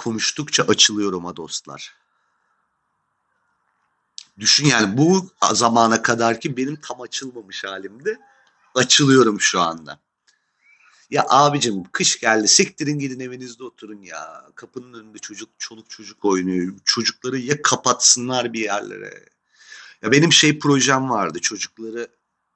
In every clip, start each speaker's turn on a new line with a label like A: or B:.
A: konuştukça açılıyorum ha dostlar. Düşün yani bu zamana kadar ki benim tam açılmamış halimdi. Açılıyorum şu anda. Ya abicim kış geldi siktirin gidin evinizde oturun ya. Kapının önünde çoluk çocuk oynuyor. Çocukları ya kapatsınlar bir yerlere. Ya benim projem vardı çocukları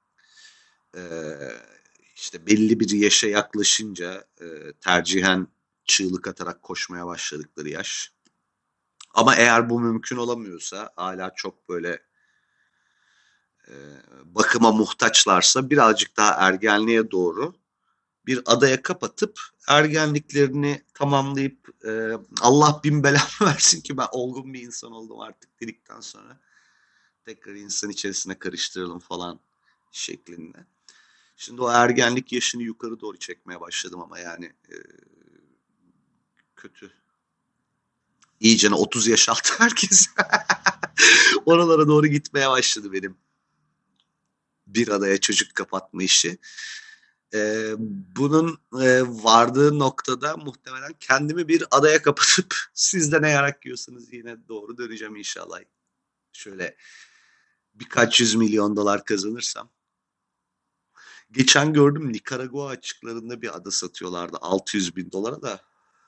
A: eee, işte belli bir yaşa yaklaşınca tercihen çığlık atarak koşmaya başladıkları yaş. Ama eğer bu mümkün olamıyorsa hala çok böyle e, bakıma muhtaçlarsa birazcık daha ergenliğe doğru bir adaya kapatıp ergenliklerini tamamlayıp Allah bin belamı versin ki ben olgun bir insan oldum artık dedikten sonra tekrar insan içerisine karıştıralım falan şeklinde. Şimdi o ergenlik yaşını yukarı doğru çekmeye başladım ama yani kötü. İyicene 30 yaş altı herkes oralara doğru gitmeye başladı benim bir adaya çocuk kapatma işi. Bunun vardığı noktada muhtemelen kendimi bir adaya kapatıp siz de ne yarak yiyorsanız yine doğru döneceğim inşallah. Şöyle birkaç 100 milyon dolar kazanırsam. Geçen gördüm Nikaragua açıklarında bir ada satıyorlardı 600 bin dolara da.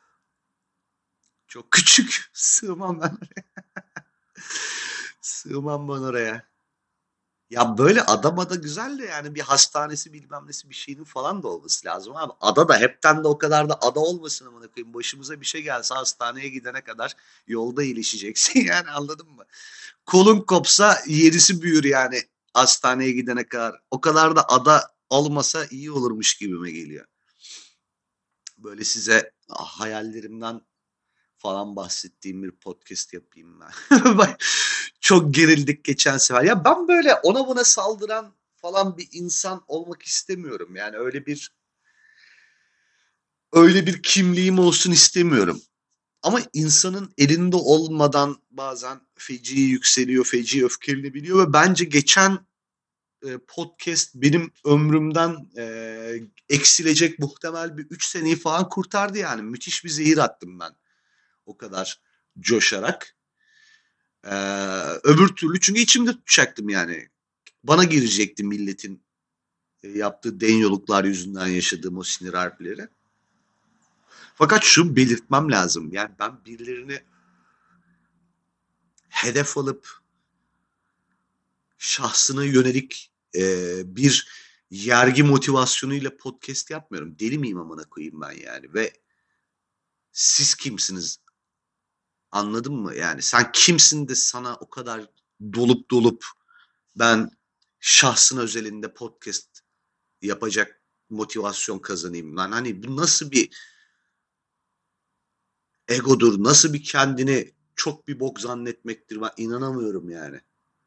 A: Çok küçük. Sığmam ben oraya. Sığmam ben oraya. Ya böyle adamada güzel de yani bir hastanesi bilmem nesi bir şeyinin falan da olması lazım abi. Ada da hepten de o kadar da ada olmasın amına koyayım. Başımıza bir şey gelse hastaneye gidene kadar yolda iyileşeceksin yani anladın mı? Kolun kopsa yerisi büyür yani hastaneye gidene kadar. O kadar da ada olmasa iyi olurmuş gibime geliyor. Böyle size hayallerimden falan bahsettiğim bir podcast yapayım ben. Çok gerildik geçen sefer. Ya ben böyle ona buna saldıran falan bir insan olmak istemiyorum. Yani öyle bir kimliğim olsun istemiyorum. Ama insanın elinde olmadan bazen feci yükseliyor, feci öfkelenebiliyor ve bence geçen podcast benim ömrümden eksilecek muhtemel bir 3 seneyi falan kurtardı yani. Müthiş bir zehir attım ben o kadar coşarak. Öbür türlü çünkü içimde tutacaktım yani. Bana girecekti milletin yaptığı denyoluklar yüzünden yaşadığım o sinir harpleri. Fakat şunu belirtmem lazım. Yani ben birilerini hedef alıp şahsına yönelik bir yergi motivasyonuyla podcast yapmıyorum. Deli miyim amına koyayım ben yani ve siz kimsiniz? Anladın mı? Yani sen kimsin de sana o kadar dolup ben şahsın özelinde podcast yapacak motivasyon kazanayım lan. Hani bu nasıl bir egodur, nasıl bir kendini çok bir bok zannetmektir ben inanamıyorum yani.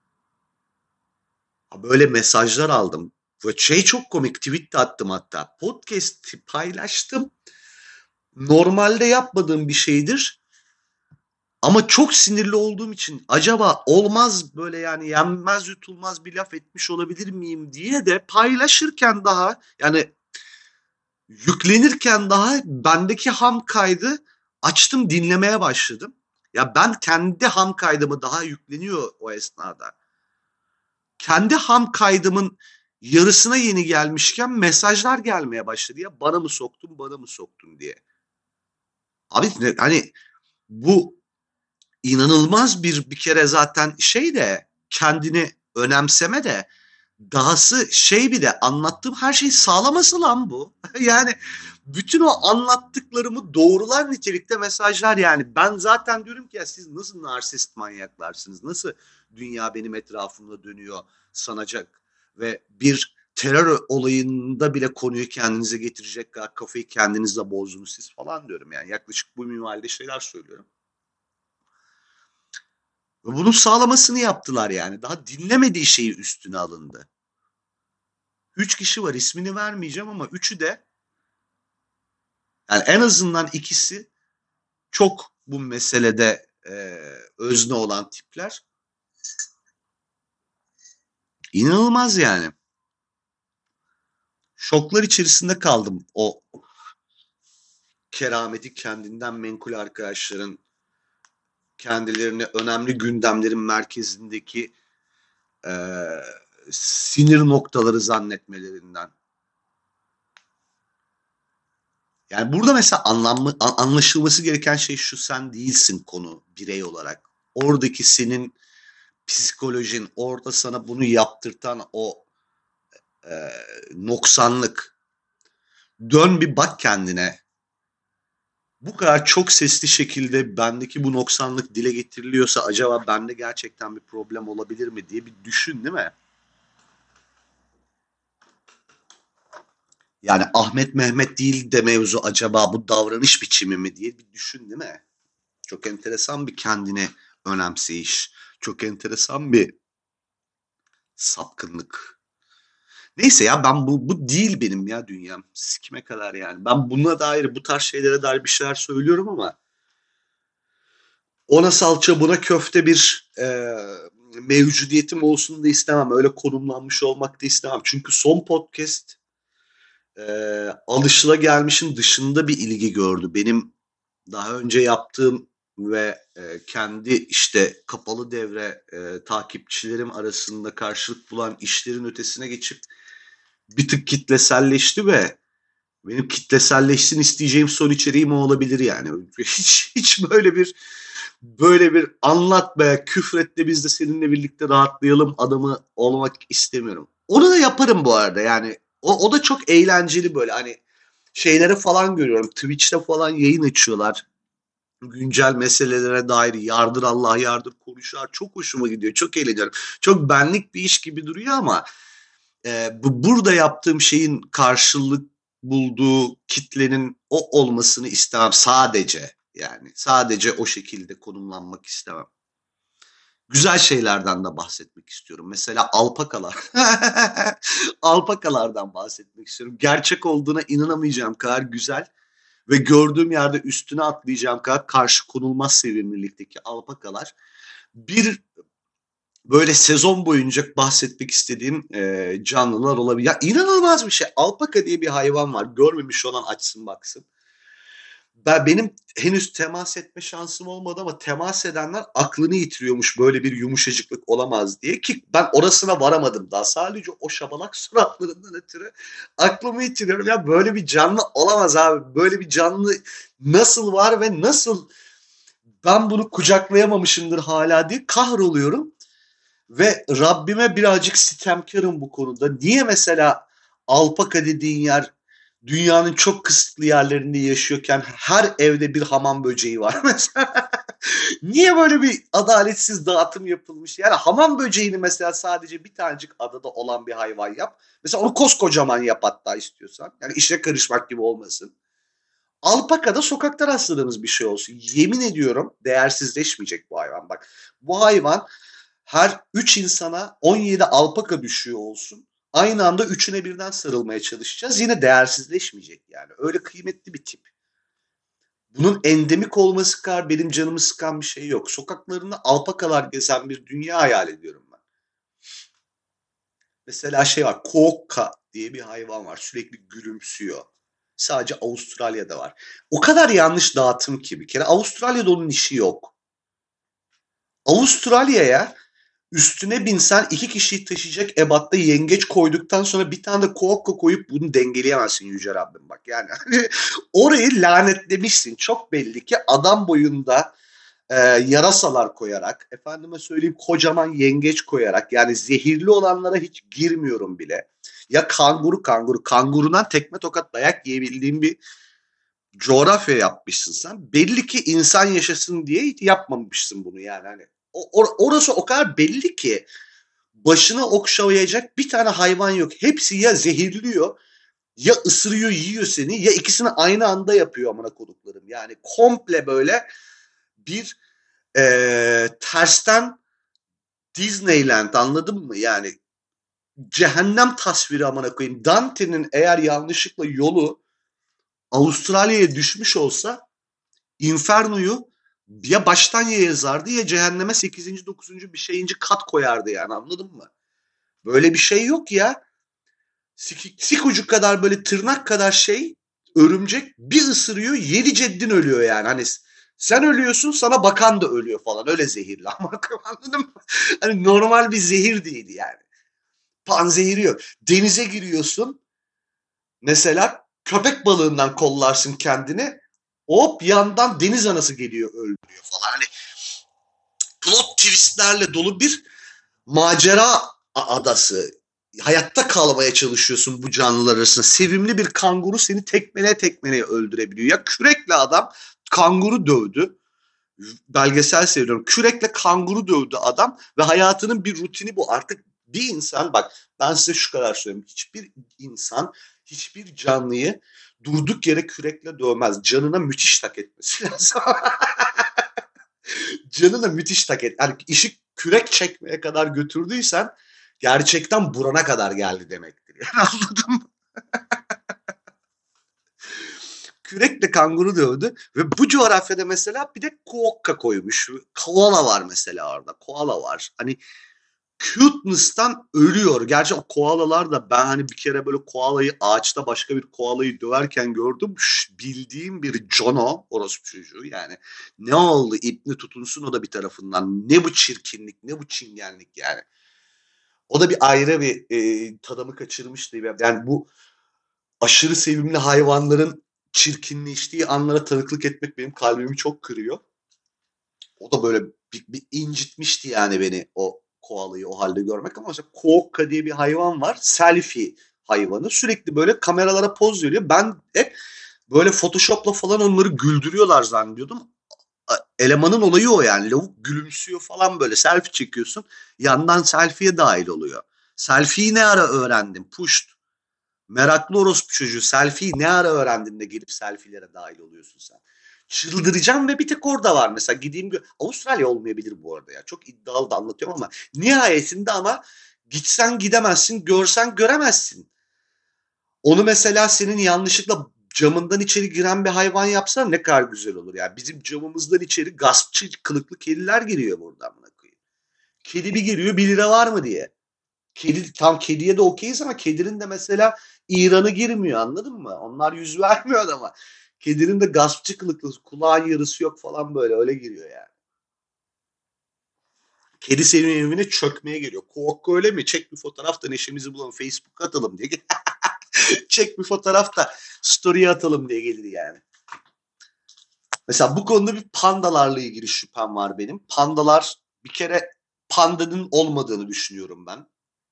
A: Böyle mesajlar aldım. Ve çok komik tweet de attım hatta. Podcast'i paylaştım. Normalde yapmadığım bir şeydir. Ama çok sinirli olduğum için acaba olmaz böyle yani yenmez yutulmaz bir laf etmiş olabilir miyim diye de paylaşırken daha yani yüklenirken daha bendeki ham kaydı açtım dinlemeye başladım. Ya ben kendi ham kaydımı daha yükleniyor o esnada. Kendi ham kaydımın yarısına yeni gelmişken mesajlar gelmeye başladı ya bana mı soktun diye. Abi hani bu inanılmaz bir kere zaten de kendini önemseme de dahası bir de anlattığım her şeyi sağlaması lan bu. Yani bütün o anlattıklarımı doğrular nitelikte mesajlar yani. Ben zaten diyorum ki ya siz nasıl narsist manyaklarsınız? Nasıl dünya benim etrafımda dönüyor sanacak ve bir terör olayında bile konuyu kendinize getirecek kadar kafayı kendinizle bozdunuz siz falan diyorum yani. Yaklaşık bu minvalde şeyler söylüyorum. Ve bunun sağlamasını yaptılar yani. Daha dinlemediği şeyi üstüne alındı. 3 kişi var ismini vermeyeceğim ama üçü de yani en azından ikisi çok bu meselede özne olan tipler. İnanılmaz yani. Şoklar içerisinde kaldım o kerameti kendinden menkul arkadaşların kendilerini önemli gündemlerin merkezindeki sinir noktaları zannetmelerinden. Yani burada mesela anlaşılması gereken şey şu: sen değilsin konu birey olarak. Oradaki senin psikolojin, orada sana bunu yaptırtan o noksanlık. Dön bir bak kendine. Bu kadar çok sesli şekilde bendeki bu noksanlık dile getiriliyorsa acaba bende gerçekten bir problem olabilir mi diye bir düşün, değil mi? Yani Ahmet Mehmet değil de mevzu, acaba bu davranış biçimi mi diye bir düşün, değil mi? Çok enteresan bir kendine önemseyiş. Çok enteresan bir sapkınlık. Neyse ya, ben bu değil benim ya dünyam. Sikime kadar yani. Ben buna dair, bu tarz şeylere dair bir şeyler söylüyorum ama ona salça buna köfte bir mevcudiyetim olsun da istemem. Öyle konumlanmış olmak da istemem. Çünkü son podcast alışılagelmişin dışında bir ilgi gördü. Benim daha önce yaptığım ve kendi işte kapalı devre takipçilerim arasında karşılık bulan işlerin ötesine geçip bir tık kitleselleşti ve benim kitleselleşsin isteyeceğim son içeriğim o olabilir yani. Hiç böyle bir anlat be, küfret de biz de seninle birlikte rahatlayalım adamı olmak istemiyorum. Onu da yaparım bu arada yani. O da çok eğlenceli, böyle hani şeyleri falan görüyorum. Twitch'te falan yayın açıyorlar. Güncel meselelere dair yardır Allah yardır konuşuyor. Çok hoşuma gidiyor. Çok eğleniyorum. Çok benlik bir iş gibi duruyor ama burada yaptığım şeyin karşılık bulduğu kitlenin o olmasını istemem sadece. Yani sadece o şekilde konumlanmak istemem. Güzel şeylerden de bahsetmek istiyorum. Mesela alpakalar. Alpakalardan bahsetmek istiyorum. Gerçek olduğuna inanamayacağım kadar güzel ve gördüğüm yerde üstüne atlayacağım kadar karşı konulmaz sevimlilikteki alpakalar. Bir böyle sezon boyunca bahsetmek istediğim canlılar olabilir. Ya inanılmaz bir şey. Alpaka diye bir hayvan var. Görmemiş olan açsın baksın. Benim henüz temas etme şansım olmadı ama temas edenler aklını yitiriyormuş, böyle bir yumuşacıklık olamaz diye, ki ben orasına varamadım daha. Sadece o şabalak suratlarından ötürü aklımı yitiriyorum. Ya böyle bir canlı olamaz abi. Böyle bir canlı nasıl var ve nasıl ben bunu kucaklayamamışımdır hala diye kahroluyorum. Ve Rabbime birazcık sitemkarım bu konuda. Niye mesela alpaka dediğin yer dünyanın çok kısıtlı yerlerinde yaşıyorken her evde bir hamam böceği var mesela? Niye böyle bir adaletsiz dağıtım yapılmış? Yani hamam böceğini mesela sadece bir tanecik adada olan bir hayvan yap. Mesela onu koskocaman yap hatta istiyorsan. Yani işe karışmak gibi olmasın. Alpaka da sokakta rastladığımız bir şey olsun. Yemin ediyorum değersizleşmeyecek bu hayvan. Bak, bu hayvan her 3 insana 17 alpaka düşüyor olsun. Aynı anda üçüne birden sarılmaya çalışacağız. Yine değersizleşmeyecek yani. Öyle kıymetli bir tip. Bunun endemik olması kadar benim canımı sıkan bir şey yok. Sokaklarında alpakalar gezen bir dünya hayal ediyorum ben. Mesela şey var, kookka diye bir hayvan var. Sürekli gülümsüyor. Sadece Avustralya'da var. O kadar yanlış dağıtım ki bir kere. Avustralya'da onun işi yok. Avustralya'ya üstüne binsen 2 kişiyi taşıyacak ebatta yengeç koyduktan sonra bir tane de kookka koyup bunu dengeleyemezsin yüce Rabbim bak. Yani hani orayı lanetlemişsin. Çok belli ki adam boyunda yarasalar koyarak, efendime söyleyeyim kocaman yengeç koyarak, yani zehirli olanlara hiç girmiyorum bile. Ya kangurundan tekme tokat dayak yiyebildiğin bir coğrafya yapmışsın sen. Belli ki insan yaşasın diye hiç yapmamışsın bunu yani. Hani orası o kadar belli ki başına okşayacak bir tane hayvan yok. Hepsi ya zehirliyor, ya ısırıyor yiyor seni, ya ikisini aynı anda yapıyor amına koduklarım. Yani komple böyle bir tersten Disneyland, anladın mı? Yani cehennem tasviri amına koyayım. Dante'nin eğer yanlışlıkla yolu Avustralya'ya düşmüş olsa Inferno'yu ya baştan ya yazardı ya cehenneme 8. 9. bir şeyinci kat koyardı yani, anladın mı? Böyle bir şey yok ya. Sik ucu kadar, böyle tırnak kadar şey örümcek bir ısırıyor 7 ceddin ölüyor yani. Hani sen ölüyorsun sana bakan da ölüyor falan öyle zehirli ama anladın mı? Hani normal bir zehir değildi yani. Panzehiri yok. Denize giriyorsun mesela köpek balığından kollarsın kendini hop yandan deniz anası geliyor öldürüyor falan. Hani plot twistlerle dolu bir macera adası. Hayatta kalmaya çalışıyorsun bu canlılar arasında. Sevimli bir kanguru seni tekmeleye öldürebiliyor. Ya kürekle adam kanguru dövdü. Belgesel seviyorum. Kürekle kanguru dövdü adam ve hayatının bir rutini bu. Artık bir insan bak ben size şu kadar söyleyeyim. Hiçbir insan hiçbir canlıyı durduk yere kürekle dövmez. Canına müthiş tak etmesi lazım. Canına müthiş tak et. Yani işi kürek çekmeye kadar götürdüysen gerçekten burana kadar geldi demektir. Yani anladın mı? Kürekle kanguru dövdü ve bu coğrafyada mesela bir de kuokka koymuş. Koala var mesela orada. Koala var. Hani cuteness'tan ölüyor. Gerçi o koalalar da ben hani bir kere böyle koalayı ağaçta başka bir koalayı döverken gördüm. Bildiğim bir Jono orospu çocuğu yani. Ne oldu ipni tutunsun o da bir tarafından. Ne bu çirkinlik ne bu çingenlik yani. O da bir ayrı bir tadımı kaçırmıştı. Yani bu aşırı sevimli hayvanların çirkinleştiği anlara tanıklık etmek benim kalbimi çok kırıyor. O da böyle bir incitmişti yani beni o koalayı o halde görmek ama mesela kookka diye bir hayvan var. Selfie hayvanı. Sürekli böyle kameralara poz veriyor. Ben hep böyle Photoshop'la falan onları güldürüyorlar zannediyordum. Elemanın olayı o yani. Lavuk gülümsüyor falan böyle. Selfie çekiyorsun. Yandan selfie'ye dahil oluyor. Selfie'yi ne ara öğrendin? Puşt. Meraklı orospu çocuğu. Selfie'yi ne ara öğrendin de gelip selfie'lere dahil oluyorsun sen. Çıldıracağım ve bir tek orada var. Mesela gideyim Avustralya olmayabilir bu arada ya. Çok iddialı da anlatıyorum ama nihayetinde ama gitsen gidemezsin, görsen göremezsin. Onu mesela senin yanlışlıkla camından içeri giren bir hayvan yapsan ne kadar güzel olur ya. Bizim camımızdan içeri gaspçı kılıklı kediler giriyor buradan buna koyayım. Kedi bir giriyor 1 lira var mı diye. Kedi, tam kediye de okeyiz ama kedinin de mesela İran'ı girmiyor anladın mı? Onlar yüz vermiyor adama. Kedinin de gaspçı kılıklı kulağın yarısı yok falan böyle öyle giriyor yani. Kedi senin evine çökmeye geliyor. Korku öyle mi? Çek bir fotoğraf da neşemizi bulalım. Facebook'a atalım diye. Çek bir fotoğraf da story'e atalım diye gelir yani. Mesela bu konuda bir pandalarla ilgili şüphem var benim. Pandalar bir kere pandanın olmadığını düşünüyorum ben.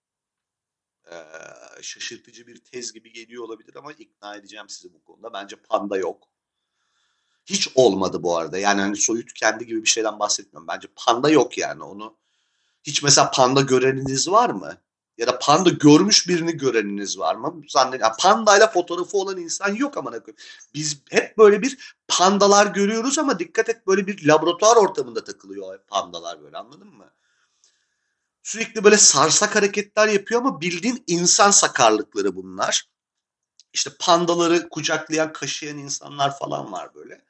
A: Şaşırtıcı bir tez gibi geliyor olabilir ama ikna edeceğim sizi bu konuda. Bence panda yok. Hiç olmadı bu arada. Yani hani soyut kendi gibi bir şeyden bahsetmiyorum. Bence panda yok yani. Onu hiç mesela panda göreniniz var mı? Ya da panda görmüş birini göreniniz var mı? Yani pandayla fotoğrafı olan insan yok ama biz hep böyle bir pandalar görüyoruz ama dikkat et böyle bir laboratuvar ortamında takılıyor pandalar böyle anladın mı? Sürekli böyle sarsak hareketler yapıyor ama bildiğin insan sakarlıkları bunlar. İşte pandaları kucaklayan, kaşıyan insanlar falan var böyle.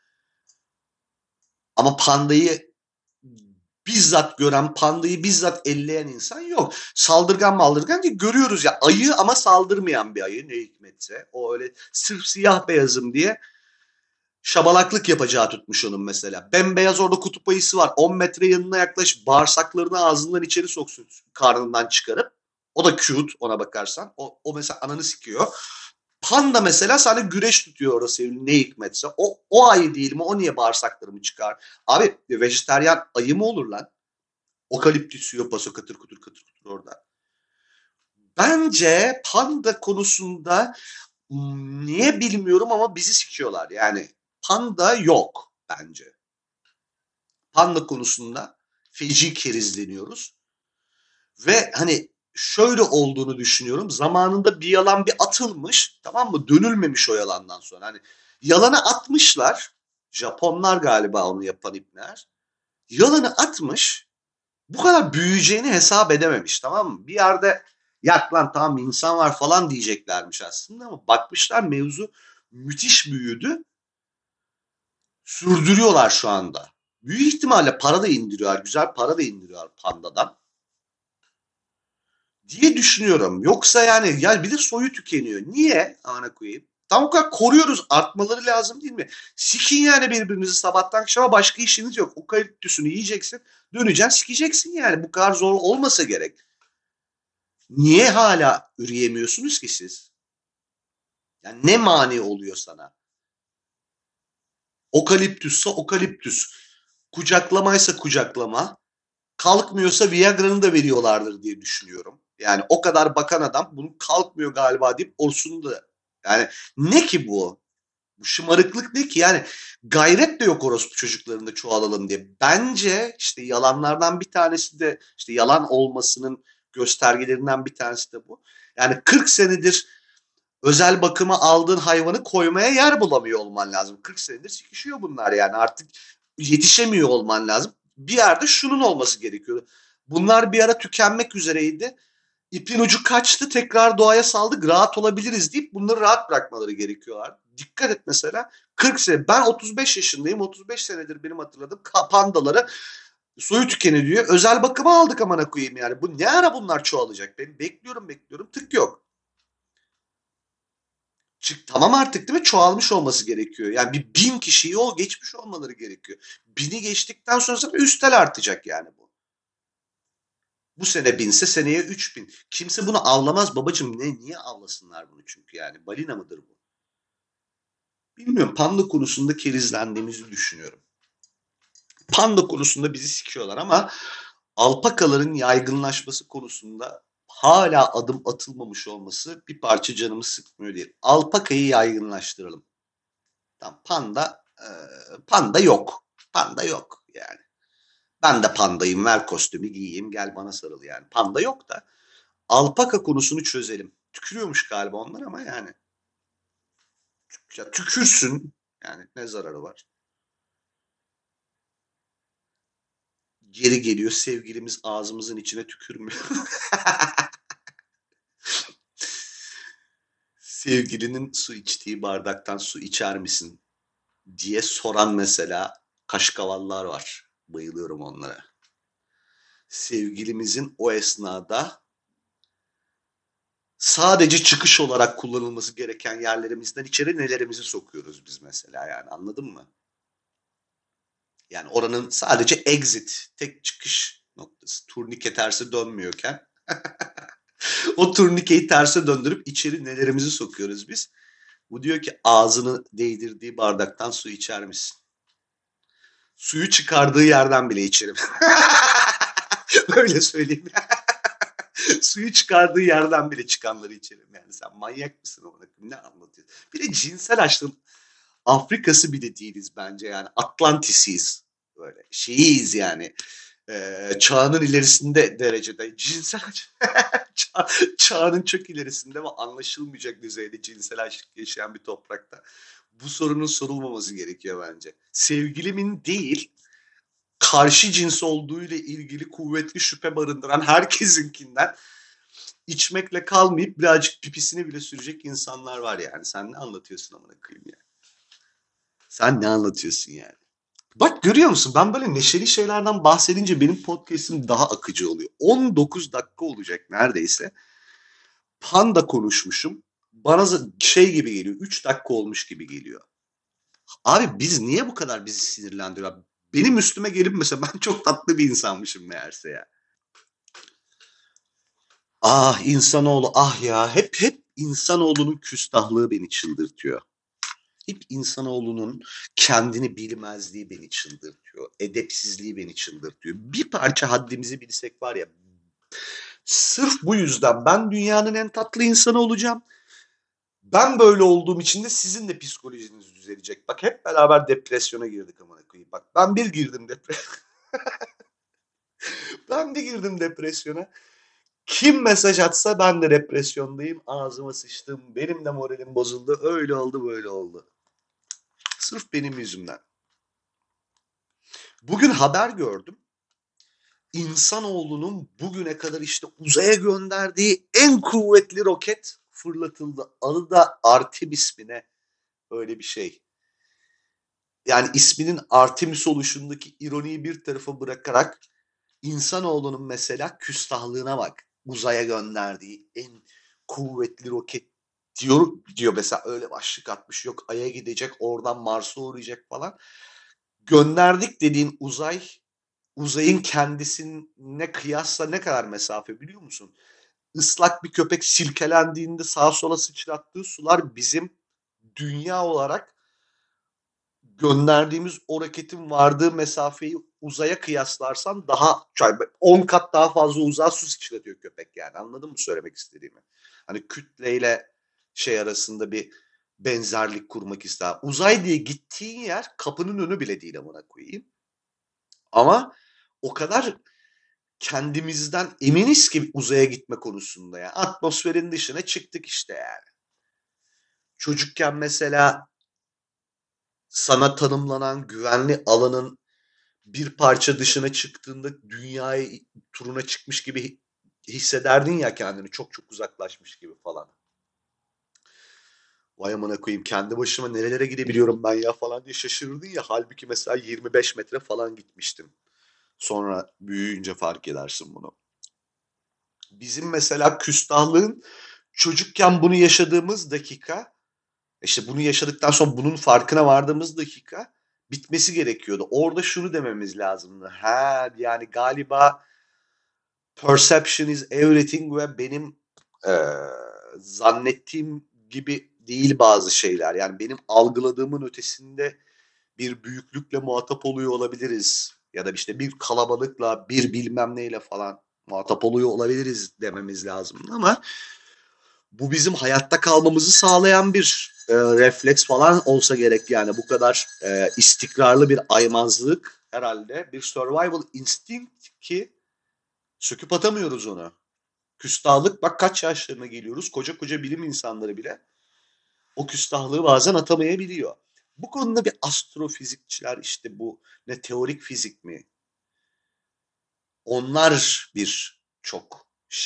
A: Ama pandayı bizzat gören, pandayı bizzat elleyen insan yok. Saldırgan diye görüyoruz ya. Ayı ama saldırmayan bir ayı ne hikmetse. O öyle sırf siyah beyazım diye şabalaklık yapacağı tutmuş onun mesela. Bembeyaz orada kutup ayısı var. 10 metre yanına yaklaş bağırsaklarını ağzından içeri soksun karnından çıkarıp. O da cute ona bakarsan. O mesela ananı sikiyor. Panda mesela sana güreş tutuyor orası ne hikmetse. O ayı değil mi? O niye bağırsaklarımı çıkar? Abi vejetaryen ayı mı olur lan? Okaliptüs yiyor paso katır kutur katır kutur orada. Bence panda konusunda niye bilmiyorum ama bizi sikiyorlar. Yani panda yok bence. Panda konusunda feci kerizleniyoruz. Ve hani şöyle olduğunu düşünüyorum. Zamanında bir yalan bir atılmış tamam mı? Dönülmemiş o yalandan sonra. Hani yalanı atmışlar. Japonlar galiba onu yapan ipler. Yalanı atmış. Bu kadar büyüyeceğini hesap edememiş tamam mı? Bir yerde yak lan tamam insan var falan diyeceklermiş aslında ama bakmışlar mevzu müthiş büyüdü. Sürdürüyorlar şu anda. Büyük ihtimalle para da indiriyorlar. Güzel para da indiriyorlar pandadan. Diye düşünüyorum. Yoksa yani ya bir de soyu tükeniyor. Niye? Ana koyayım. Tam o kadar koruyoruz. Artmaları lazım değil mi? Sikin yani birbirinizi sabahtan akşama, başka işiniz yok. Okaliptüsünü yiyeceksin. Döneceksin sikeceksin yani. Bu kadar zor olmasa gerek. Niye hala üreyemiyorsunuz ki siz? Yani ne mani oluyor sana? Okaliptüsse okaliptüs. Kucaklamaysa kucaklama. Kalkmıyorsa Viagra'nı da veriyorlardır diye düşünüyorum. Yani o kadar bakan adam bunu kalkmıyor galiba deyip Orsun'u da, yani ne ki bu? Bu şımarıklık ne ki? Yani gayret de yok orospu çocuklarında çoğalalım diye. Bence işte yalanlardan bir tanesi de, işte yalan olmasının göstergelerinden bir tanesi de bu. Yani 40 senedir özel bakıma aldığın hayvanı koymaya yer bulamıyor olman lazım. 40 senedir sikişiyor bunlar yani, artık yetişemiyor olman lazım. Bir yerde şunun olması gerekiyordu. Bunlar bir ara tükenmek üzereydi. İpin ucu kaçtı, tekrar doğaya saldık, rahat olabiliriz deyip bunları rahat bırakmaları gerekiyorlar. Dikkat et mesela, 40 sene, ben 35 yaşındayım, 35 senedir benim hatırladığım pandaları soyu tükeniyor. Özel bakıma aldık amına koyayım yani. Bu ne ara bunlar çoğalacak? Ben bekliyorum tık yok. Tamam artık değil mi? Çoğalmış olması gerekiyor. Yani bir 1000 kişiyi o geçmiş olmaları gerekiyor. 1000'i geçtikten sonra zaten üstel artacak yani bu. Bu sene 1000'se seneye 3000. Kimse bunu avlamaz babacığım. Niye avlasınlar bunu çünkü yani? Balina mıdır bu? Bilmiyorum. Panda konusunda kerizlendiğimizi düşünüyorum. Panda konusunda bizi sikiyorlar ama alpakaların yaygınlaşması konusunda hala adım atılmamış olması bir parça canımı sıkmıyor değil. Alpakayı yaygınlaştıralım. Tam panda yok. Panda yok yani. Ben de pandayım, ver kostümü giyeyim, gel bana sarıl yani. Panda yok da alpaka konusunu çözelim. Tükürüyormuş galiba onlar ama yani. Ya tükürsün yani, ne zararı var? Geri geliyor, sevgilimiz ağzımızın içine tükürmüyor. Sevgilinin su içtiği bardaktan su içer misin diye soran mesela kaşkavallar var. Bayılıyorum onlara. Sevgilimizin o esnada sadece çıkış olarak kullanılması gereken yerlerimizden içeri nelerimizi sokuyoruz biz mesela, yani anladın mı? Yani oranın sadece exit, tek çıkış noktası. Turnike terse dönmüyorken o turnikeyi terse döndürüp içeri nelerimizi sokuyoruz biz. Bu diyor ki ağzını değdirdiği bardaktan su içer misin? Suyu çıkardığı yerden bile içerim. Öyle söyleyeyim. Suyu çıkardığı yerden bile çıkanları içerim. Yani sen manyak mısın? Ne anlatıyorsun? Bir de cinsel açlığın Afrika'sı bile değiliz bence yani. Atlantisiyiz. Böyle şeyiyiz yani. Çağının ilerisinde derecede cinsel çağının çok ilerisinde ve anlaşılmayacak düzeyde cinsel açlık yaşayan bir toprakta bu sorunun sorulmaması gerekiyor bence. Sevgilimin değil, karşı cins olduğu ile ilgili kuvvetli şüphe barındıran herkesinkinden içmekle kalmayıp birazcık pipisini bile sürecek insanlar var yani. Sen ne anlatıyorsun amına koyayım ya? Sen ne anlatıyorsun yani? Bak görüyor musun? Ben böyle neşeli şeylerden bahsedince benim podcast'im daha akıcı oluyor. 19 dakika olacak neredeyse. Panda konuşmuşum. Bana şey gibi geliyor. 3 dakika olmuş gibi geliyor. Abi biz niye bu kadar bizi sinirlendiriyor? Benim üstüme gelip mesela ben çok tatlı bir insanmışım meğerse ya. Ah insanoğlu, ah ya, hep insanoğlunun küstahlığı beni çıldırtıyor. Hep insanoğlunun kendini bilmezliği beni çıldırtıyor. Edepsizliği beni çıldırtıyor. Bir parça haddimizi bilsek var ya, sırf bu yüzden ben dünyanın en tatlı insanı olacağım. Ben böyle olduğum için de sizin de psikolojiniz düzelecek. Bak hep beraber depresyona girdik amına koyayım. Bak ben bir girdim ben bir girdim depresyona. Kim mesaj atsa ben de depresyondayım. Ağzıma sıçtım. Benim de moralim bozuldu. Öyle oldu böyle oldu. Sırf benim yüzümden. Bugün haber gördüm. İnsanoğlunun bugüne kadar işte uzaya gönderdiği en kuvvetli roket fırlatıldı. Adı da Artemis mi ne? Öyle bir şey. Yani isminin Artemis oluşundaki ironiyi bir tarafa bırakarak insanoğlunun mesela küstahlığına bak. Uzaya gönderdiği en kuvvetli roket. diyor mesela öyle başlık atmış. Yok Ay'a gidecek, oradan Mars'a uğrayacak falan. Gönderdik dediğin uzayın kendisine kıyasla ne kadar mesafe biliyor musun? Islak bir köpek silkelendiğinde sağa sola sıçrattığı sular bizim dünya olarak gönderdiğimiz o raketin vardığı mesafeyi uzaya kıyaslarsan daha 10 kat daha fazla uzağa su sıçratıyor köpek yani. Anladın mı söylemek istediğimi? Hani kütleyle şey arasında bir benzerlik kurmak ister. Uzay diye gittiğin yer kapının önü bile değil amına koyayım. Ama o kadar kendimizden eminiz ki uzaya gitme konusunda ya. Atmosferin dışına çıktık işte yani. Çocukken mesela sana tanımlanan güvenli alanın bir parça dışına çıktığında dünyayı turuna çıkmış gibi hissederdin ya kendini çok çok uzaklaşmış gibi falan. Vay amına koyayım kendi başıma nerelere gidebiliyorum ben ya falan diye şaşırırdın ya. Halbuki mesela 25 metre falan gitmiştim. Sonra büyüyünce fark edersin bunu. Bizim mesela küstahlığın çocukken bunu yaşadığımız dakika, işte bunu yaşadıktan sonra bunun farkına vardığımız dakika bitmesi gerekiyordu. Orada şunu dememiz lazımdı. Ha yani galiba perception is everything ve benim zannettiğim gibi değil bazı şeyler. Yani benim algıladığımın ötesinde bir büyüklükle muhatap oluyor olabiliriz. Ya da işte bir kalabalıkla, bir bilmem neyle falan muhatap oluyor olabiliriz dememiz lazım. Ama bu bizim hayatta kalmamızı sağlayan bir refleks falan olsa gerek yani. Bu kadar istikrarlı bir aymazlık herhalde bir survival instinct ki söküp atamıyoruz onu. Küstahlık bak kaç yaşlarına geliyoruz. Koca koca bilim insanları bile o küstahlığı bazen atamayabiliyor. Bu konuda bir astrofizikçiler işte bu ne teorik fizik mi? Onlar bir çok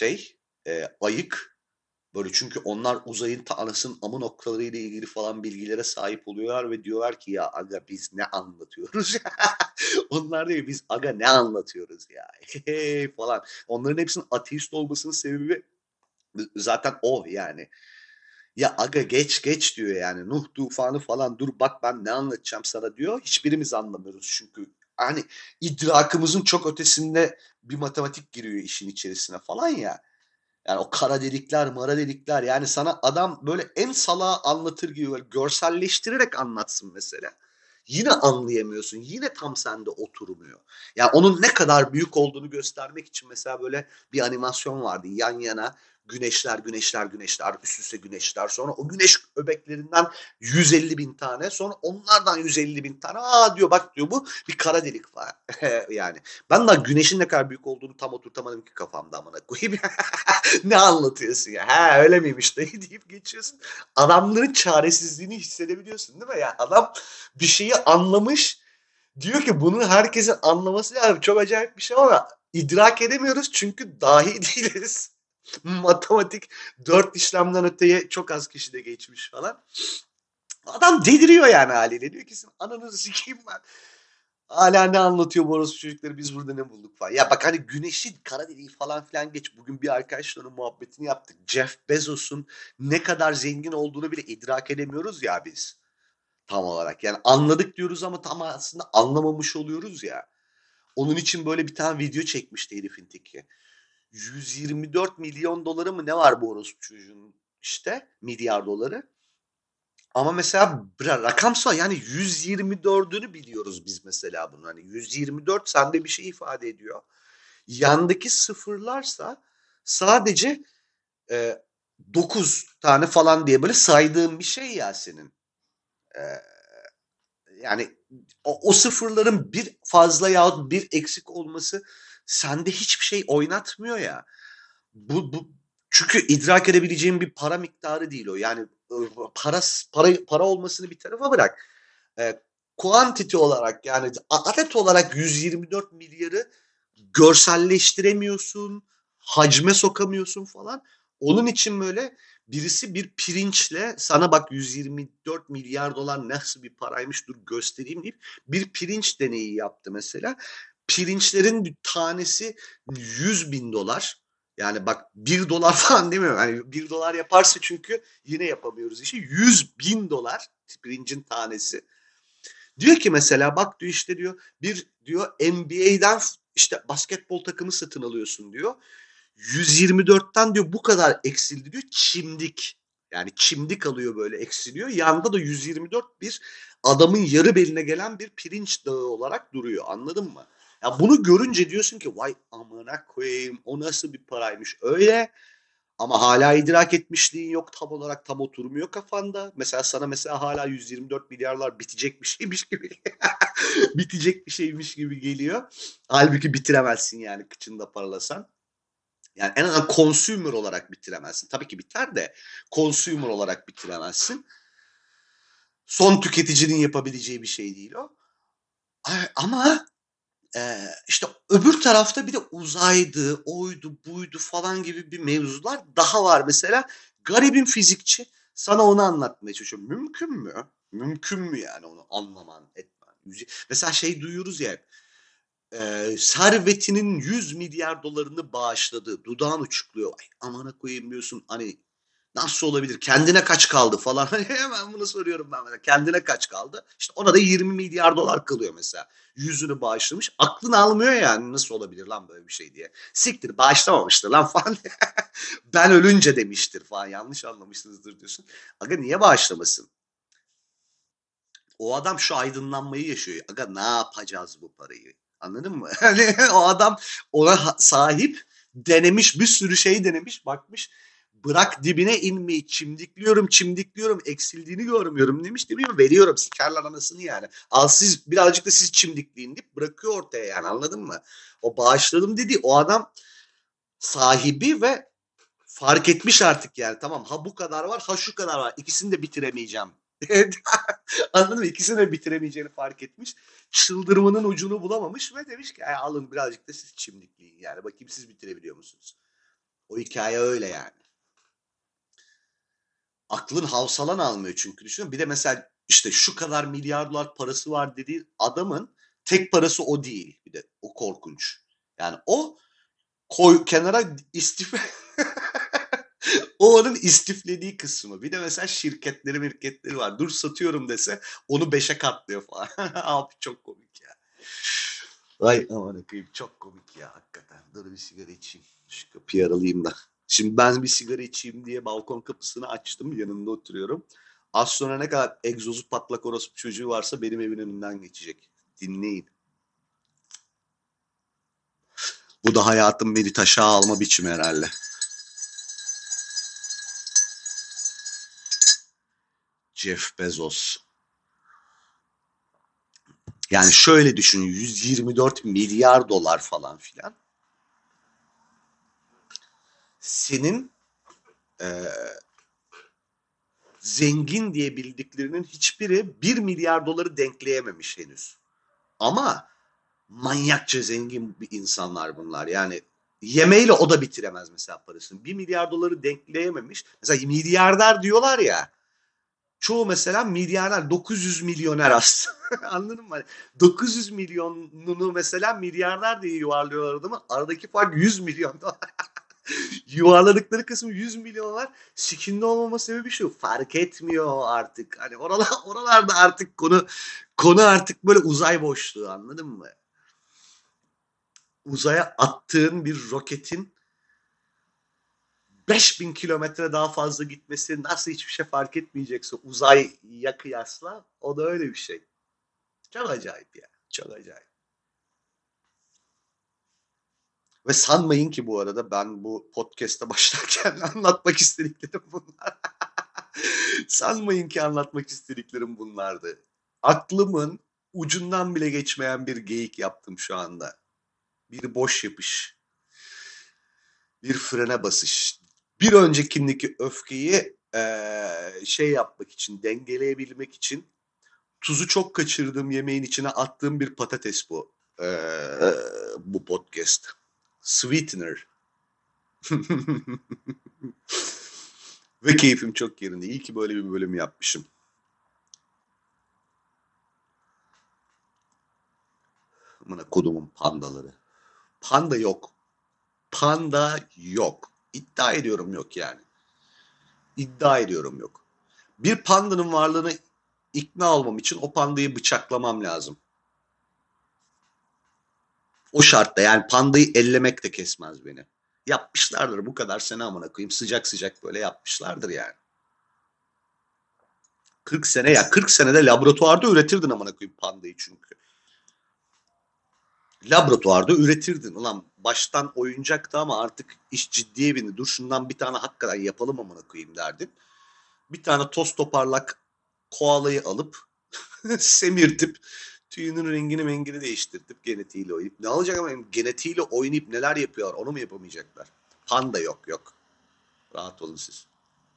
A: ayık. Böyle çünkü onlar uzayın anasının amı noktaları ile ilgili falan bilgilere sahip oluyorlar ve diyorlar ki ya aga biz ne anlatıyoruz? Onlar diyor biz aga ne anlatıyoruz ya falan. Onların hepsinin ateist olmasının sebebi zaten o yani. Ya aga geç geç diyor yani. Nuh tufanı falan dur bak ben ne anlatacağım sana diyor. Hiçbirimiz anlamıyoruz çünkü. Hani idrakımızın çok ötesinde bir matematik giriyor işin içerisine falan ya. Yani o kara delikler, mara delikler yani sana adam böyle en salağı anlatır gibi böyle görselleştirerek anlatsın mesela. Yine anlayamıyorsun. Yine tam sende oturmuyor. Yani onun ne kadar büyük olduğunu göstermek için mesela böyle bir animasyon vardı. Yan yana güneşler, güneşler, güneşler, üst üste güneşler. Sonra o güneş öbeklerinden 150 bin tane. Sonra onlardan 150 bin tane. Aa diyor bak diyor bu bir kara delik var. Yani ben daha güneşin ne kadar büyük olduğunu tam oturtamadım ki kafamda amına koyayım. Ne anlatıyorsun ya? Ha öyle miymiş dayı deyip geçiyorsun. Adamların çaresizliğini hissedebiliyorsun değil mi? Ya adam bir şeyi anlamış. Diyor ki bunu herkesin anlaması lazım. Çok acayip bir şey ama idrak edemiyoruz çünkü dahi değiliz. Matematik 4 işlemden öteye çok az kişi de geçmiş falan. Adam deliriyor yani haliyle. Diyor ki sen ananızı sikeyim ben. Hala ne anlatıyor bu orospu çocukları biz burada ne bulduk falan. Ya bak hani güneşi kara deliği falan filan geç. Bugün bir arkadaşla onun muhabbetini yaptık. Jeff Bezos'un ne kadar zengin olduğunu bile idrak edemiyoruz ya biz. Tam olarak. Yani anladık diyoruz ama tam aslında anlamamış oluyoruz ya. Onun için böyle bir tane video çekmişti herifin teki. 124 milyon doları mı ne var bu orospu çocuğun işte milyar doları. Ama mesela rakamsal yani 124'ünü biliyoruz biz mesela bunu. Hani 124 sende bir şey ifade ediyor. Yandaki sıfırlarsa sadece 9 tane falan diye böyle saydığın bir şey ya senin. E, Yani o sıfırların bir fazla yahut bir eksik olması sende hiçbir şey oynatmıyor ya. Bu çünkü idrak edebileceğin bir para miktarı değil o. Yani para olmasını bir tarafa bırak. Quantity olarak yani adet olarak 124 milyarı görselleştiremiyorsun, hacme sokamıyorsun falan. Onun için böyle birisi bir pirinçle sana bak 124 milyar dolar nasıl bir paraymış dur göstereyim deyip bir pirinç deneyi yaptı mesela. Pirinçlerin bir tanesi 100 bin dolar. Yani bak 1 dolar falan demiyorum. Yani 1 dolar yaparsa çünkü yine yapamıyoruz işi. 100.000 dolar pirincin tanesi. Diyor ki mesela bak diyor işte diyor bir diyor NBA'den işte basketbol takımı satın alıyorsun diyor. 124'ten diyor bu kadar eksildi diyor çimdik. Yani çimdik alıyor böyle eksiliyor. Yanda da 124 bir adamın yarı beline gelen bir pirinç dağı olarak duruyor. Anladın mı? Ya bunu görünce diyorsun ki vay amına koyayım o nasıl bir paraymış öyle ama hala idrak etmişliğin yok tam olarak tam oturmuyor kafanda. Mesela sana mesela hala 124 milyarlar bitecek bir şeymiş gibi bitecek bir şeymiş gibi geliyor. Halbuki bitiremezsin yani kıçında paralasan. Yani en azından consumer olarak bitiremezsin. Tabii ki biter de consumer olarak bitiremezsin. Son tüketicinin yapabileceği bir şey değil o. Ama işte öbür tarafta bir de uzaydı, oydu, buydu falan gibi bir mevzular daha var. Mesela garibim fizikçi sana onu anlatmaya çalışıyorum. Mümkün mü? Mümkün mü yani onu anlaman, etmen? Mesela şey duyuyoruz ya servetinin 100 milyar dolarını bağışladı. Dudağın uçukluyor. Ay, amana koyayım diyorsun. Hani nasıl olabilir? Kendine kaç kaldı falan. Hemen bunu soruyorum ben mesela. Kendine kaç kaldı? İşte ona da 20 milyar dolar kalıyor mesela. Yüzünü bağışlamış. Aklın almıyor yani nasıl olabilir lan böyle bir şey diye. Siktir bağışlamamıştır lan falan. Ben ölünce demiştir falan. Yanlış anlamışsınızdır diyorsun. Aga niye bağışlamasın? O adam şu aydınlanmayı yaşıyor. Aga ne yapacağız bu parayı? Anladın mı? Hani o adam ona sahip denemiş bir sürü şey denemiş bakmış bırak dibine inmeyi çimdikliyorum çimdikliyorum eksildiğini görmüyorum demiş değil mi? Veriyorum sikerler anasını yani. Al siz birazcık da siz çimdikleyin deyip bırakıyor ortaya yani anladın mı? O bağışladım dedi o adam sahibi ve fark etmiş artık yani tamam ha bu kadar var ha şu kadar var ikisini de bitiremeyeceğim. Anladın mı? İkisini de bitiremeyeceğini fark etmiş. Çıldırmanın ucunu bulamamış ve demiş ki alın birazcık da siz çimdikleyin yani bakayım siz bitirebiliyor musunuz? O hikaye öyle yani. Aklın havsalan almıyor çünkü düşünün. Bir de mesela işte şu kadar milyar dolar parası var dediği adamın tek parası o değil. Bir de o korkunç. Yani o koy kenara istifa o onun istiflediği kısmı. Bir de mesela şirketleri var. Dur satıyorum dese onu beşe katlıyor falan. Abi çok komik ya. Ay aman akıyım çok komik ya hakikaten. Dur bir sigara içeyim. Şu kapıyı aralayayım da. Şimdi ben bir sigara içeyim diye balkon kapısını açtım. Yanında oturuyorum. Az sonra ne kadar egzozu patlak orospu çocuğu varsa benim evin önünden geçecek. Dinleyin. Bu da hayatın beni taşa alma biçimi herhalde. Jeff Bezos. Yani şöyle düşün 124 milyar dolar falan filan. Senin e, zengin diye bildiklerinin hiçbiri 1 milyar doları denkleyememiş henüz. Ama manyakça zengin bir insanlar bunlar. Yani yemeğiyle o da bitiremez mesela parasını. 1 milyar doları denkleyememiş. Mesela milyarder diyorlar ya. Çoğu mesela milyarder 900 milyoner aslında. Anladın mı? 900 milyonunu mesela milyarder diye yuvarlıyorlar adamı. Aradaki fark 100 milyon dolar. Yuvarladıkları kısmı 100 milyon sikinde olmama sebebi şu. Fark etmiyor artık. Hani oralarda artık konu artık böyle uzay boşluğu anladın mı? Uzaya attığın bir roketin 5.000 kilometre daha fazla gitmesi nasıl hiçbir şey fark etmeyecekse uzaya kıyasla o da öyle bir şey. Çok acayip ya. Çok acayip. Ve sanmayın ki bu arada ben bu podcast'a başlarken anlatmak istediklerim bunlar. Sanmayın ki anlatmak istediklerim bunlardı. Aklımın ucundan bile geçmeyen bir geyik yaptım şu anda. Bir boş yapış, bir frene basış. Bir öncekindeki öfkeyi şey yapmak için, dengeleyebilmek için tuzu çok kaçırdığım yemeğin içine attığım bir patates bu. Bu podcast. Sweetener. Ve keyfim çok yerinde. İyi ki böyle bir bölüm yapmışım. Amına kodumun pandaları. Panda yok. Panda yok. İddia ediyorum yok yani. İddia ediyorum yok. Bir pandanın varlığına ikna olmam için o pandayı bıçaklamam lazım. O şartta yani pandayı ellemek de kesmez beni. Yapmışlardır bu kadar sene amına koyayım. Sıcak sıcak böyle yapmışlardır yani. 40 sene ya 40 senede laboratuvarda üretirdin amına koyayım pandayı çünkü. Laboratuvarda üretirdin. Ulan baştan oyuncaktı ama artık iş ciddiye bindi. Dur şundan bir tane hakikaten yapalım amına koyayım derdin. Bir tane toz toparlak koalayı alıp semirtip tüyünün rengini mengini değiştirtip genetiğiyle oynayıp ne olacak ama genetiğiyle oynayıp neler yapıyor onu mu yapamayacaklar? Panda yok. Rahat olun siz.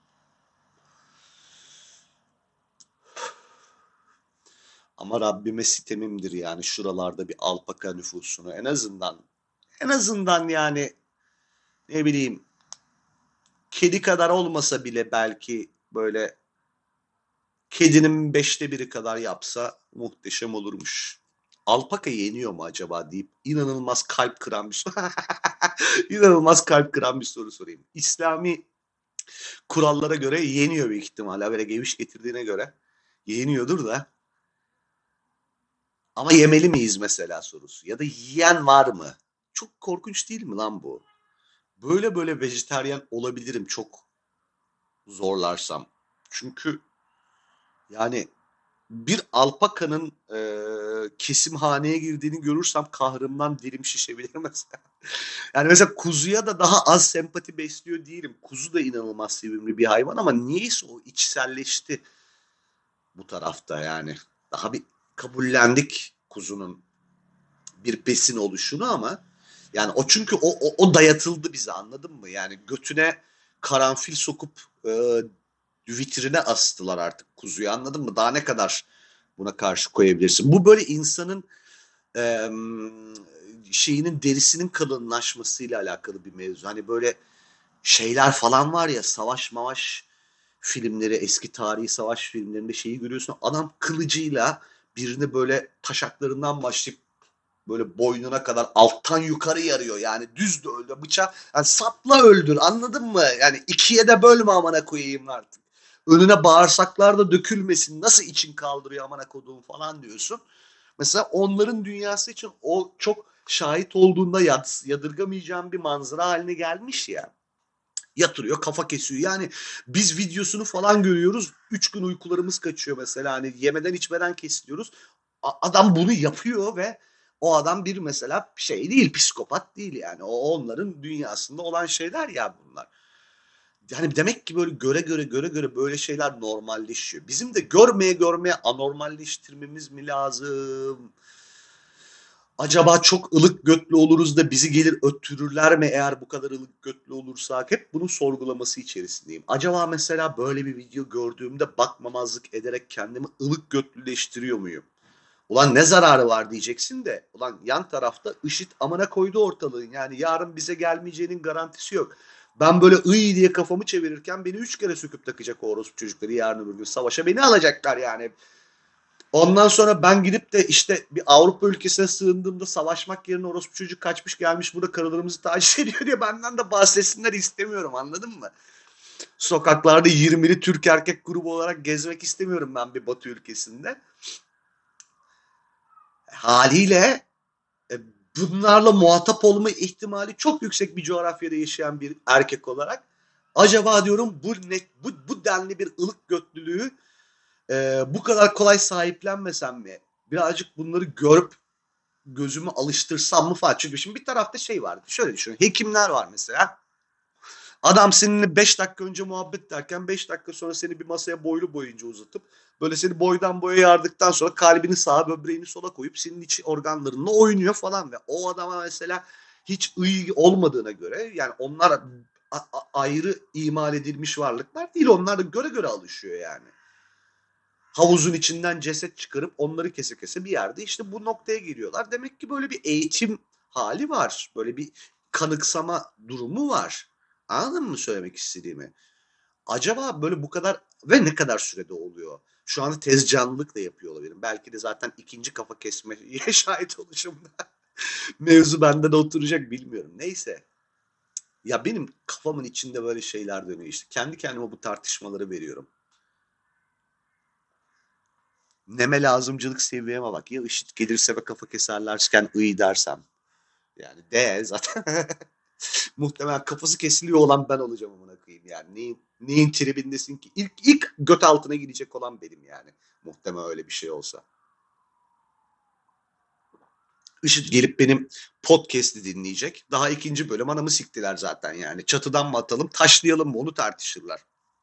A: Ama Rabbime sitemimdir yani şuralarda bir alpaka nüfusunu en azından yani ne bileyim kedi kadar olmasa bile belki böyle kedinin 1/5 kadar yapsa muhteşem olurmuş. Alpaka yeniyor mu acaba deyip inanılmaz kalp kıran bir soru. inanılmaz kalp kıran bir soru sorayım. İslami kurallara göre yeniyor büyük ihtimalle. Habere geviş getirdiğine göre yeniyordur da. Ama yemeli miyiz mesela sorusu. Ya da yiyen var mı? Çok korkunç değil mi lan bu? Böyle vejetaryen olabilirim çok zorlarsam. Çünkü yani bir alpakanın kesimhaneye girdiğini görürsem kahrımdan dilim şişebilir mesela. Yani mesela kuzuya da daha az sempati besliyor değilim. Kuzu da inanılmaz sevimli bir hayvan ama niyeyse o içselleşti bu tarafta yani. Daha bir kabullendik kuzunun bir besin oluşunu ama yani o çünkü o dayatıldı bize anladın mı? Yani götüne karanfil sokup vitrine astılar artık kuzuyu anladın mı? Daha ne kadar buna karşı koyabilirsin? Bu böyle insanın e, şeyinin derisinin kalınlaşmasıyla alakalı bir mevzu. Hani böyle şeyler falan var ya savaş mavaş filmleri eski tarihi savaş filmlerinde şeyi görüyorsun. Adam kılıcıyla birini böyle taşaklarından başlayıp böyle boynuna kadar alttan yukarı yarıyor. Yani düz de öldü bıçak. Yani sapla öldür anladın mı? Yani ikiye de bölme amana koyayım artık. Önüne bağırsaklar da dökülmesin. Nasıl için kaldırıyor amana koduğum falan diyorsun. Mesela onların dünyası için o çok şahit olduğunda yadırgamayacağım bir manzara haline gelmiş ya. Yatırıyor kafa kesiyor. Yani biz videosunu falan görüyoruz. 3 gün uykularımız kaçıyor mesela. Hani yemeden içmeden kesiliyoruz. Adam bunu yapıyor ve o adam bir mesela şey değil, psikopat değil yani. O onların dünyasında olan şeyler ya bunlar. Yani demek ki böyle göre böyle şeyler normalleşiyor. Bizim de görmeye anormalleştirmemiz mi lazım? Acaba çok ılık götlü oluruz da bizi gelir öttürürler mi eğer bu kadar ılık götlü olursak? Hep bunun sorgulaması içerisindeyim. Acaba mesela böyle bir video gördüğümde bakmamazlık ederek kendimi ılık götlüleştiriyor muyum? Ulan ne zararı var diyeceksin de. Ulan yan tarafta IŞİD amına koydu ortalığın. Yani yarın bize gelmeyeceğinin garantisi yok. Ben böyle ıy diye kafamı çevirirken beni 3 kere söküp takacak o orospu çocukları yarın öbür gün savaşa beni alacaklar yani. Ondan sonra ben gidip de işte bir Avrupa ülkesine sığındığımda savaşmak yerine orospu çocuk kaçmış gelmiş burada karılarımızı taciz ediyor diye benden de bahsetsinler istemiyorum anladın mı? Sokaklarda 20'li Türk erkek grubu olarak gezmek istemiyorum ben bir Batı ülkesinde. Haliyle e, bunlarla muhatap olma ihtimali çok yüksek bir coğrafyada yaşayan bir erkek olarak acaba diyorum bu denli bir ılık götlülüğü bu kadar kolay sahiplenmesem mi? Birazcık bunları görüp gözümü alıştırsam mı falan. Çünkü şimdi bir tarafta şey vardı. Şöyle düşün. Hekimler var mesela. Adam seninle 5 dakika önce muhabbet derken 5 dakika sonra seni bir masaya boylu boyunca uzatıp böyle seni boydan boya yardıktan sonra kalbini sağa böbreğini sola koyup senin iç organlarınla oynuyor falan ve o adama mesela hiç iyi olmadığına göre yani onlar ayrı imal edilmiş varlıklar değil. Onlar da göre alışıyor yani. Havuzun içinden ceset çıkarıp onları kese kese bir yerde işte bu noktaya geliyorlar. Demek ki böyle bir eğitim hali var. Böyle bir kanıksama durumu var. Anladın mı söylemek istediğimi? Acaba böyle bu kadar ve ne kadar sürede oluyor? Şu anda tez canlılık da yapıyor olabilirim. Belki de zaten ikinci kafa kesmeye şahit oluşumda mevzu bende de oturacak bilmiyorum. Neyse. Ya benim kafamın içinde böyle şeyler dönüyor işte. Kendi kendime bu tartışmaları veriyorum. Neme lazımcılık seviyeme bak. Ya IŞİD gelirse ve kafa keserlerken iyi dersem. Yani de zaten muhtemelen kafası kesiliyor olan ben olacağım amına koyayım yani. Neyin tribindesin ki? İlk göt altına gidecek olan benim yani. Muhtemelen öyle bir şey olsa. IŞİD gelip benim podcast'i dinleyecek. Daha ikinci bölüm anamı siktiler zaten yani. Çatıdan mı atalım, taşlayalım mı onu tartışırlar.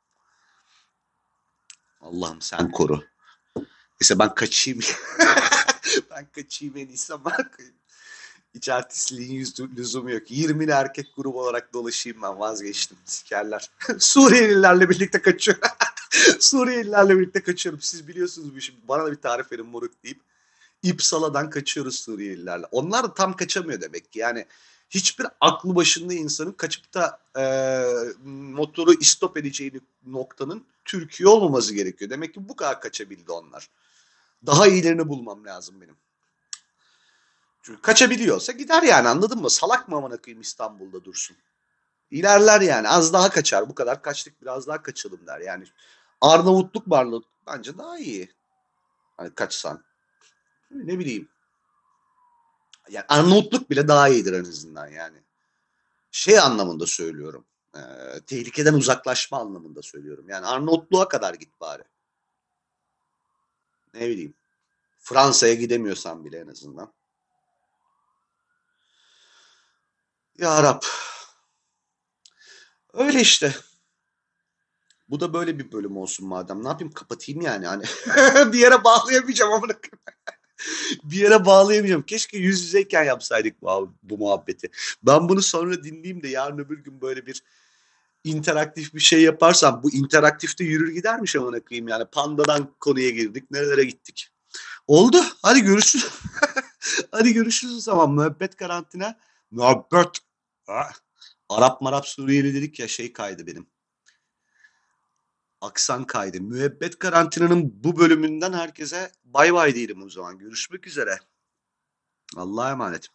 A: Allah'ım sen koru. Neyse ben kaçayım. Ben kaçayım en iyisi ama hiç artistliğin lüzumu yok. 20'li erkek grubu olarak dolaşayım ben vazgeçtim. Sikerler. Suriyelilerle birlikte kaçıyorum. Suriyelilerle birlikte kaçıyorum. Siz biliyorsunuz bu işi. Bana da bir tarif verin moruk deyip İpsala'dan kaçıyoruz Suriyelilerle. Onlar da tam kaçamıyor demek ki. Yani hiçbir aklı başında insanın kaçıp da motoru istop edeceği noktanın Türkiye olmaması gerekiyor. Demek ki bu kadar kaçabildi onlar. Daha iyilerini bulmam lazım benim. Çünkü kaçabiliyorsa gider yani anladın mı? Salak mı amına koyayım İstanbul'da dursun. İlerler yani az daha kaçar. Bu kadar kaçtık biraz daha kaçalım der. Yani Arnavutluk varlık bence daha iyi. Hani kaçsan. Ne bileyim. Yani Arnavutluk bile daha iyidir en azından yani. Şey anlamında söylüyorum. Tehlikeden uzaklaşma anlamında söylüyorum. Yani Arnavutluğa kadar git bari. Ne bileyim. Fransa'ya gidemiyorsan bile en azından. Ya Rab. Öyle işte. Bu da böyle bir bölüm olsun madem. Ne yapayım kapatayım yani. Hani bir yere bağlayamayacağım ama bir yere bağlayamayacağım. Keşke yüz yüzeyken yapsaydık bu muhabbeti. Ben bunu sonra dinleyeyim de yarın öbür gün böyle bir interaktif bir şey yaparsam bu interaktifte yürür gidermiş amına koyayım yani. Panda'dan konuya girdik. Nerelere gittik? Oldu. Hadi görüşürüz. Hadi görüşürüz o zaman. Müebbet karantina. Müebbet. Ah. Arap marap Suriyeli dedik ya şey kaydı benim. Aksan kaydı. Müebbet karantinanın bu bölümünden herkese bay bay diyelim o zaman. Görüşmek üzere. Allah'a emanet.